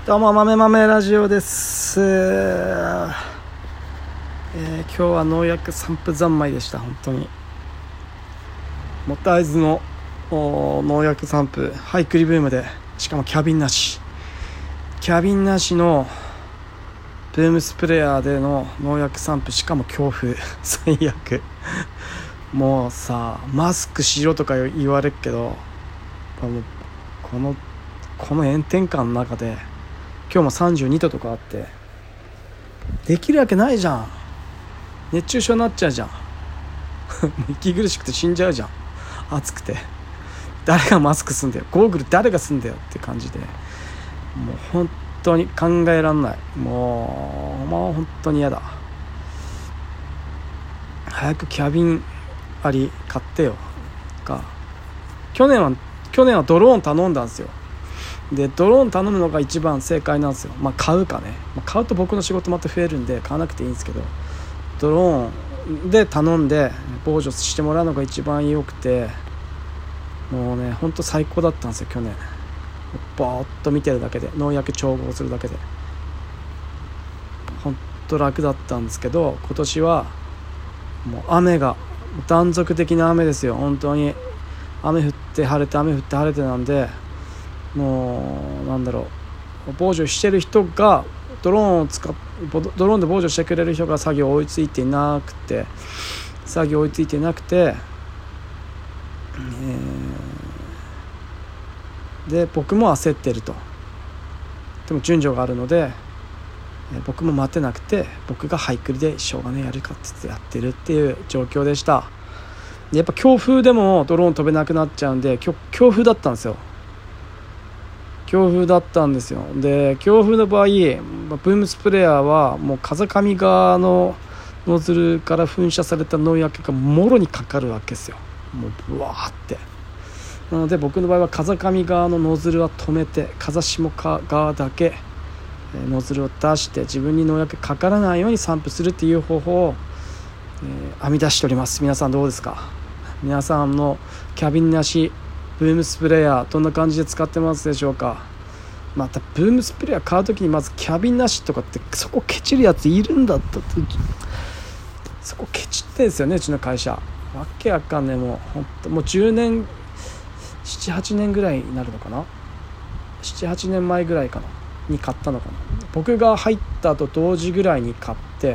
どうも豆豆ラジオです。今日は農薬散布三昧でした。本当にもったいずの農薬散布ハイクリブームで、しかもキャビンなしのブームスプレーヤーでの農薬散布、しかも強風最悪もうさ、マスクしろとか言われるけど、この炎天下の中で今日も32度とかあって、できるわけないじゃん。熱中症になっちゃうじゃん息苦しくて死んじゃうじゃん、暑くて。誰がマスクすんだよ、ゴーグル誰がすんだよって感じで、もう本当に考えらんない。もう本当に嫌だ。早くキャビンアリ買ってよ。去年はドローン頼んだんですよ。でドローン頼むのが一番正解なんですよ。買うかね、買うと僕の仕事また増えるんで買わなくていいんですけど、ドローンで頼んで防除してもらうのが一番良くて、もうねほんと最高だったんですよ。去年ぼーっと見てるだけで、農薬調合するだけでほんと楽だったんですけど、今年はもう雨が断続的な雨ですよ。本当に雨降って晴れて雨降って晴れてなんで、もう防除してる人がドローンで防除してくれる人が作業追いついていなくて、で僕も焦ってると。でも順序があるので、僕も待てなくて、僕がハイクリでしょうがねやるかって言ってやってるっていう状況でした。でやっぱ強風でもドローン飛べなくなっちゃうんで、強風だったんですよ。で強風の場合、ブームスプレーヤーはもう風上側のノズルから噴射された農薬がもろにかかるわけですよ。もうブワーって。なので僕の場合は風上側のノズルは止めて、風下側だけノズルを出して、自分に農薬かからないように散布するっていう方法を、編み出しております。皆さんどうですか？皆さんのキャビンなしブームスプレーヤーどんな感じで使ってますでしょうか？またブームスプレーヤー買うときにまずキャビンなしとかって、そこケチるやついるんだったって、そこケチってんですよね、うちの会社。わけわかんねえ。もう10年 7,8 年ぐらいになるのかな、 7,8 年前ぐらいかなに買ったのかな。僕が入ったと同時ぐらいに買って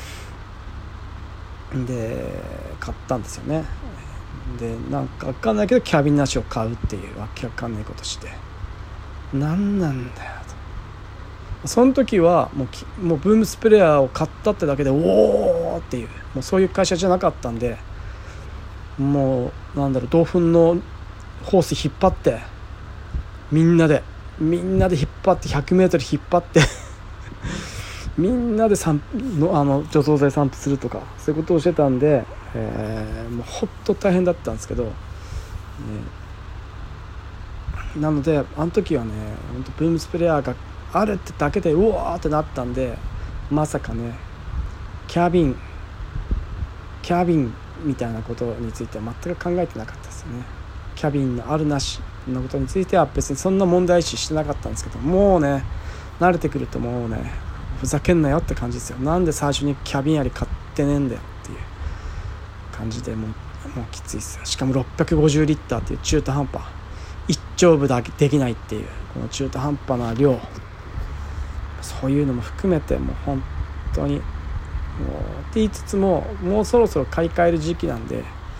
買ったんですよね。でなんか分かんないけどキャビンなしを買うっていうわけわかんないことして、何なんだよと。その時はもうブームスプレーヤーを買ったってだけでおーっていう、もうそういう会社じゃなかったんで、もう同粉のホース引っ張ってみんなで引っ張って 100m 引っ張ってみんなで除草剤散布するとか、そういうことをしてたんで、もうほんと大変だったんですけど、なのであの時はね、ほんとブームスプレーヤーがあるってだけでうわーってなったんで、まさかねキャビンみたいなことについては全く考えてなかったですよね。キャビンのあるなしのことについては別にそんな問題視してなかったんですけど、もうね慣れてくるともうねふざけんなよって感じですよ。なんで最初にキャビンアリ買ってねえんだよっていう感じで、もうきついですよ。しかも650リッターっていう中途半端、一丁部だけできないっていう、この中途半端な量、そういうのも含めてもう本当にもうって言いつつも、もうそろそろ買い替える時期なんで、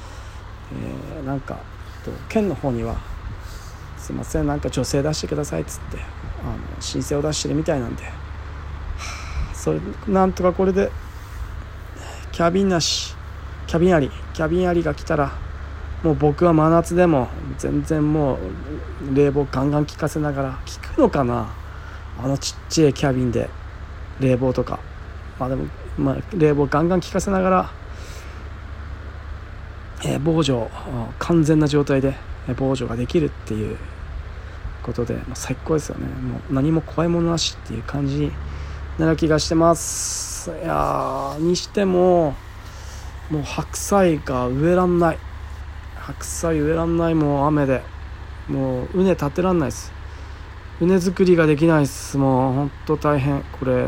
県の方にはすいません助成出してくださいっつって申請を出してるみたいなんで、それなんとかこれでキャビンアリが来たら、もう僕は真夏でも全然もう冷房ガンガン効かせながら、効くのかなちっちゃいキャビンで冷房とか、でも冷房ガンガン効かせながら、防除完全な状態で防除ができるっていうことで、最高ですよね。もう何も怖いものなしっていう感じになる気がしてます。にしてももう白菜植えらんない。もう雨でもう畝立てらんないです。 畝作りができないっす。もうほんと大変。これ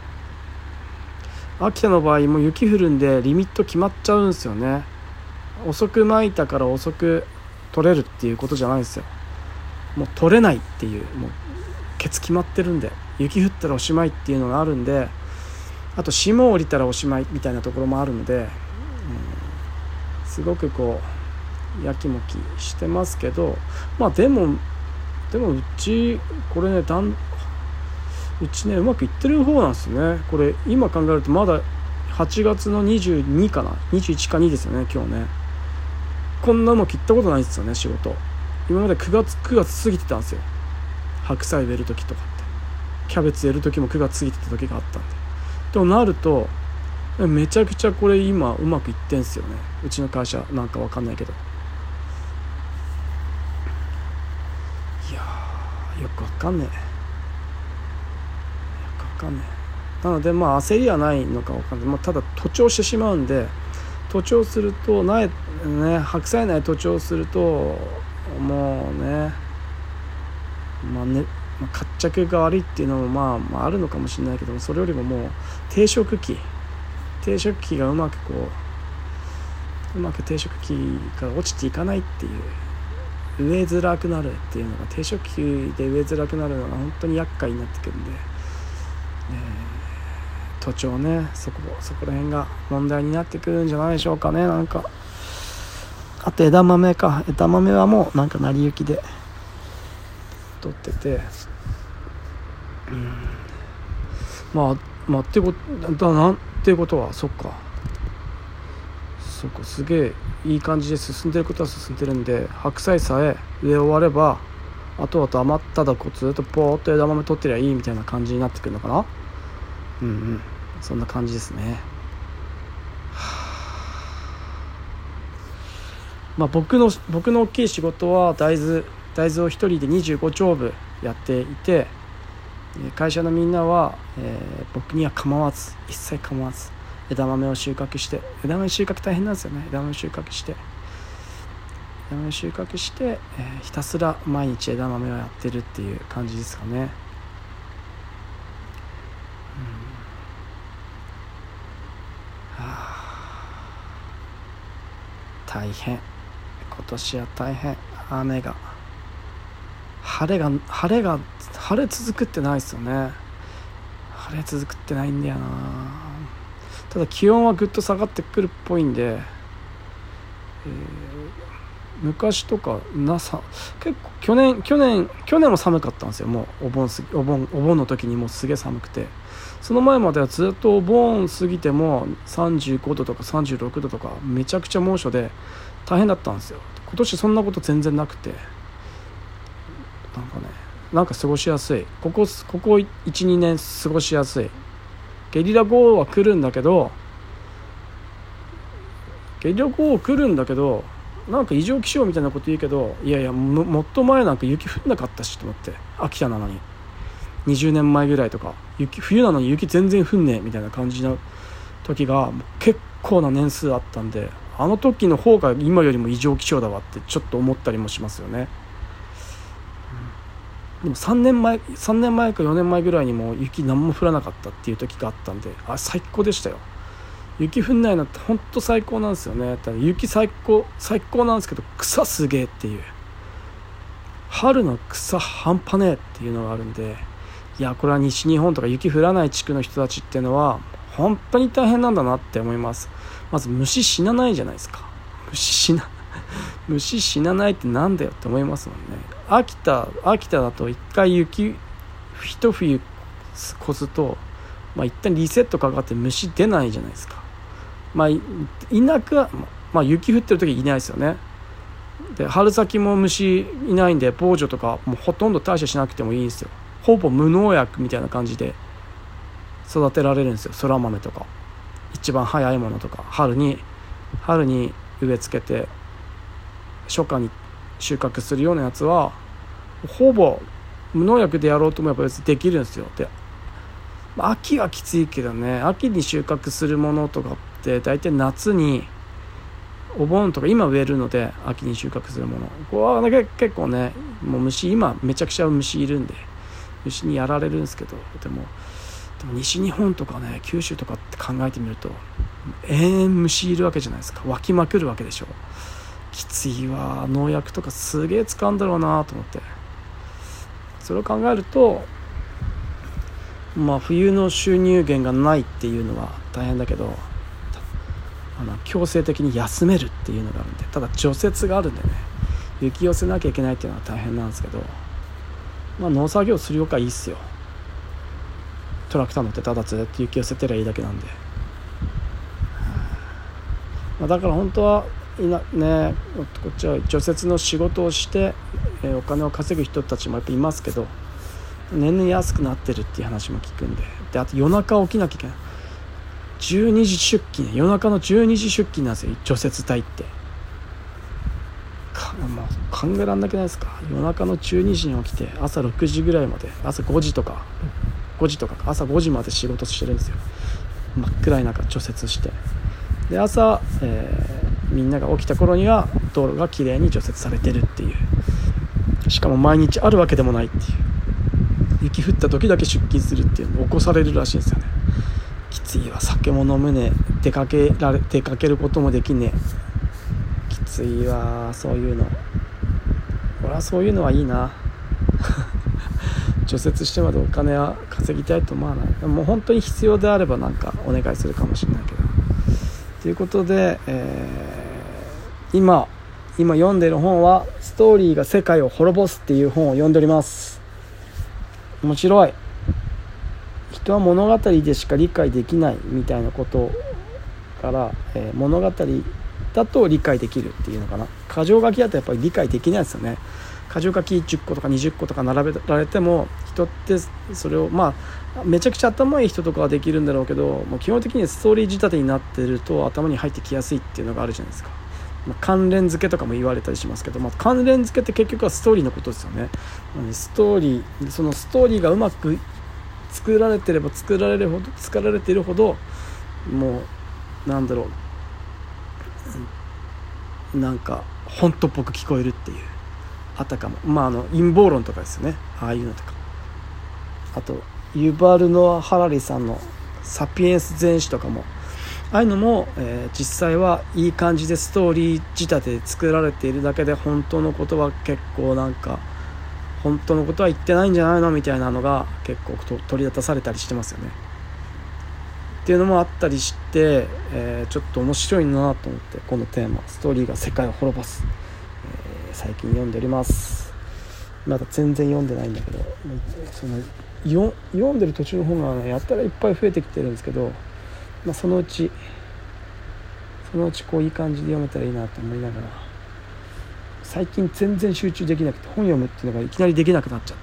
秋田の場合もう雪降るんでリミット決まっちゃうんですよね。遅く撒いたから遅く取れるっていうことじゃないんですよ。もう取れないっていう、もうケツ決まってるんで、雪降ったらおしまいっていうのがあるんで、あと霜降りたらおしまいみたいなところもあるので、すごくこうやきもきしてますけど、まあでもうちこれねうちねうまくいってる方なんですよね。これ今考えるとまだ8月の22かな21か2ですよね今日ね。こんなうまくいったことないですよね仕事。今まで9月過ぎてたんですよ。白菜植える時とかってキャベツ植える時も9月過ぎてた時があったんで。となるとめちゃくちゃこれ今うまくいってんすよね。うちの会社なんかわかんないけど、いやよくわかんねえなのでまあ焦りはないのかわかんない、ただ徒長してしまうんで、徒長すると白菜苗徒長するともう活着が悪いっていうのもあるのかもしれないけども、それよりももう定植期がうまく定植期が落ちていかないっていう、植えづらくなるっていうのが、定植期で植えづらくなるのが本当に厄介になってくるんで、徒長ね、そこら辺が問題になってくるんじゃないでしょうかね。なんかあと枝豆はもうなんか成り行きで取ってて、っていうことはそっかすげえいい感じで進んでることは進んでるんで、白菜さえ植え終わればあとは余っただこずっとポーっと枝豆取ってりゃいいみたいな感じになってくるのかな。そんな感じですね。僕の大きい仕事は大豆を一人で25丁部やっていて、会社のみんなは、僕には一切構わず枝豆を収穫して、枝豆収穫大変なんですよね。枝豆収穫して、ひたすら毎日枝豆をやってるっていう感じですかね。大変、今年は大変。晴れ続くってないですよね。晴れ続くってないんだよな。ただ気温はぐっと下がってくるっぽいんで、昔とか結構去年も寒かったんですよ。もうお盆の時にもうすげえ寒くて、その前まではずっとお盆過ぎても35度とか36度とかめちゃくちゃ猛暑で大変だったんですよ。今年そんなこと全然なくて、なんか過ごしやすい。ここ 1,2 年過ごしやすい。ゲリラ豪雨は来るんだけどなんか異常気象みたいなこと言うけど、いやもっと前なんか雪降んなかったしと思って、秋田なのに20年前ぐらいとか冬なのに雪全然降んねえみたいな感じの時が結構な年数あったんで、あの時の方が今よりも異常気象だわってちょっと思ったりもしますよね。でも3年前か4年前ぐらいにも雪何も降らなかったっていう時があったんで、最高でしたよ。雪降んないのって本当最高なんですよね。雪最高なんですけど、草すげえっていう、春の草半端ねえっていうのがあるんで、いやこれは西日本とか雪降らない地区の人たちっていうのは本当に大変なんだなって思います。まず虫死なないじゃないですか。虫死なないってなんだよって思いますもんね。秋田だと一回一冬越すと、一旦リセットかかって虫出ないじゃないですか。雪降ってる時いないですよね。で春先も虫いないんで防除とかもうほとんど対処しなくてもいいんですよ。ほぼ無農薬みたいな感じで育てられるんですよ。そら豆とか一番早いものとか春に植え付けて初夏に収穫するようなやつはほぼ無農薬でやろうと思えば別にできるんですよ。で秋はきついけどね、秋に収穫するものとかって大体夏にお盆とか今植えるので秋に収穫するものこれは、結構ねもう今めちゃくちゃ虫いるんで虫にやられるんですけど、でも西日本とかね九州とかって考えてみると延々虫いるわけじゃないですか。湧きまくるわけでしょ。きついわ。農薬とかすげえ使うんだろうなと思って、それを考えると冬の収入源がないっていうのは大変だけど、強制的に休めるっていうのがあるんで、ただ除雪があるんでね、雪寄せなきゃいけないっていうのは大変なんですけど、農作業するよかいいっすよ。トラクター乗ってただずっと雪寄せてりゃいいだけなんで、だから本当はね、こっちは除雪の仕事をして、お金を稼ぐ人たちもやっぱいますけど、年々安くなってるっていう話も聞くんで、あと夜中起きなきゃいけない。12時出勤、夜中の12時出勤なんですよ、除雪隊って。もう考えられなくないですか。夜中の12時に起きて朝6時ぐらいまで、朝5時とか朝5時まで仕事してるんですよ。真っ暗い中除雪して、で朝、みんなが起きた頃には道路がきれいに除雪されてるっていう、しかも毎日あるわけでもないっていう、雪降った時だけ出勤するっていうのを起こされるらしいんですよね。きついわ。酒も飲むね、出かけることもできねえ、きついわ。そういうの、俺はそういうのはいいな除雪してまでお金は稼ぎたいと思わない。もう本当に必要であればなんかお願いするかもしれないけど、ということで、今読んでいる本はストーリーが世界を滅ぼすっていう本を読んでおります。面白い。人は物語でしか理解できないみたいなことから、物語だと理解できるっていうのかな。箇条書きだとやっぱり理解できないですよね。箇条書き10個とか20個とか並べられても、人ってそれをめちゃくちゃ頭いい人とかはできるんだろうけど、もう基本的にストーリー仕立てになってると頭に入ってきやすいっていうのがあるじゃないですか。関連付けとかも言われたりしますけど、関連付けって結局はストーリーのことですよね。そのストーリーがうまく作られているほどもうなんか本当っぽく聞こえるっていう、あたかも陰謀論とかですよね、ああいうのとか。あとユバルノア・ハラリさんのサピエンス全史とかも、ああいうのも、実際はいい感じでストーリー仕立てで作られているだけで、本当のことは結構本当のことは言ってないんじゃないのみたいなのが結構取り出されたりしてますよね。っていうのもあったりして、ちょっと面白いなと思って、このテーマストーリーが世界を滅ぼす、最近読んでおります。まだ全然読んでないんだけど、読んでる途中の本が、やったらいっぱい増えてきてるんですけど、そのうちこういい感じで読めたらいいなと思いながら、最近全然集中できなくて、本読むっていうのがいきなりできなくなっちゃって、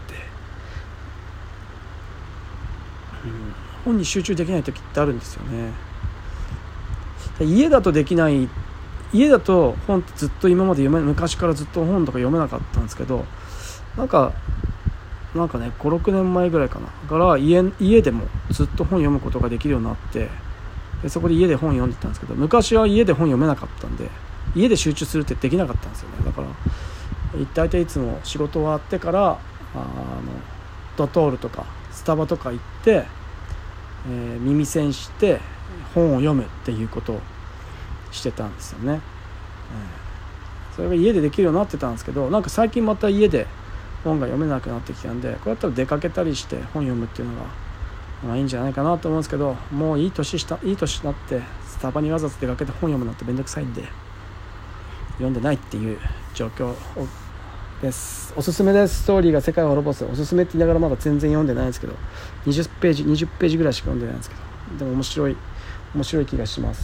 本に集中できない時ってあるんですよね。家だと本ってずっと今まで昔からずっと本とか読めなかったんですけど、なんかね 5,6 年前ぐらいかなから家でもずっと本読むことができるようになって、でそこで家で本読んでたんですけど、昔は家で本読めなかったんで、家で集中するってできなかったんですよね。だから大体いつも仕事終わってからドトールとかスタバとか行って、耳栓して本を読むっていうことをしてたんですよね。それが家でできるようになってたんですけど、なんか最近また家で本が読めなくなってきたんで、こうやったら出かけたりして本読むっていうのがいいんじゃないかなと思うんですけど、もういい年になってスタバにわざわざ出かけて本読むのってめんどくさいんで読んでないっていう状況です。おすすめです。ストーリーが世界を滅ぼす。おすすめって言いながらまだ全然読んでないんですけど、20ページぐらいしか読んでないんですけど、でも面白い気がします。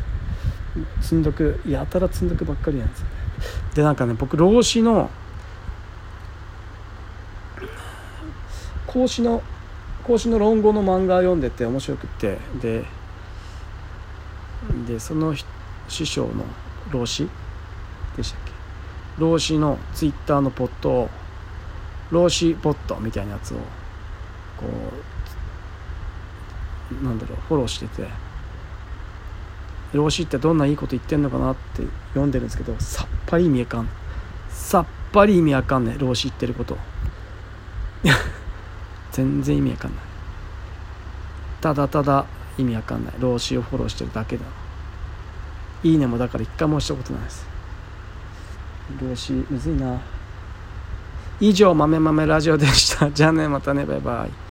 やたら積んどくばっかりなんですよね。でなんかね、僕講師の論語の漫画を読んでて面白くて、でその師匠の老子でしたっけ、老子のツイッターのポットを、老子ポットみたいなやつをこうフォローしてて、老子ってどんないいこと言ってんのかなって読んでるんですけど、さっぱり意味わかんね、老子言ってること全然意味わかんない。ただただ意味わかんない老子をフォローしてるだけだ。いいねもだから一回もしたことないです。老子むずいな。以上豆豆ラジオでした。じゃあね、またね、バイバイ。